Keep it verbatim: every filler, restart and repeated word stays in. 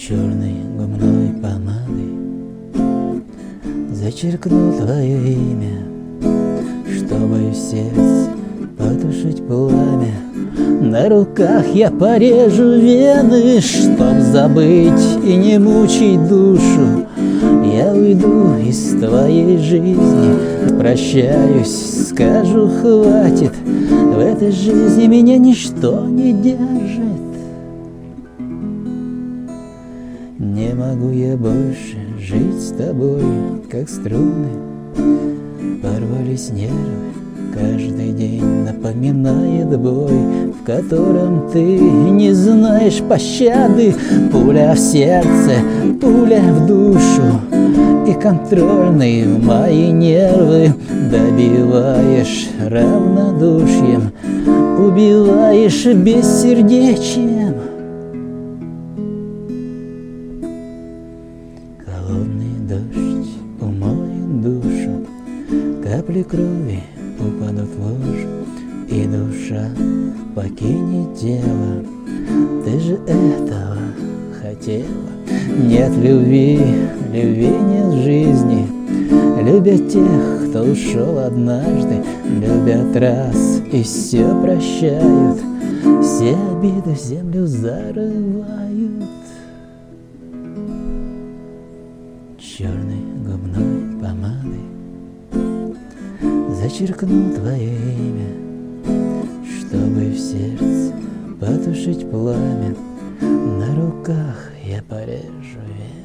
Черной губной помадой зачеркну твое имя, чтобы в сердце потушить пламя. На руках я порежу вены, чтоб забыть и не мучить душу. Я уйду из твоей жизни, прощаюсь, скажу хватит. В этой жизни меня ничто не держит. Не могу я больше жить с тобой, как струны. Порвались нервы, каждый день напоминает бой, в котором ты не знаешь пощады. Пуля в сердце, пуля в душу, и контрольные мои нервы добиваешь равнодушием, убиваешь бессердечием. Холодный дождь умоет душу, капли крови упадут в лужу, и душа покинет тело. Ты же этого хотела. Нет любви, любви нет жизни. Любят тех, кто ушел однажды, любят раз и все прощают, все обиды в землю зарывают. Черной губной помадой зачеркну твое имя, чтобы в сердце потушить пламя. На руках я порежу вены.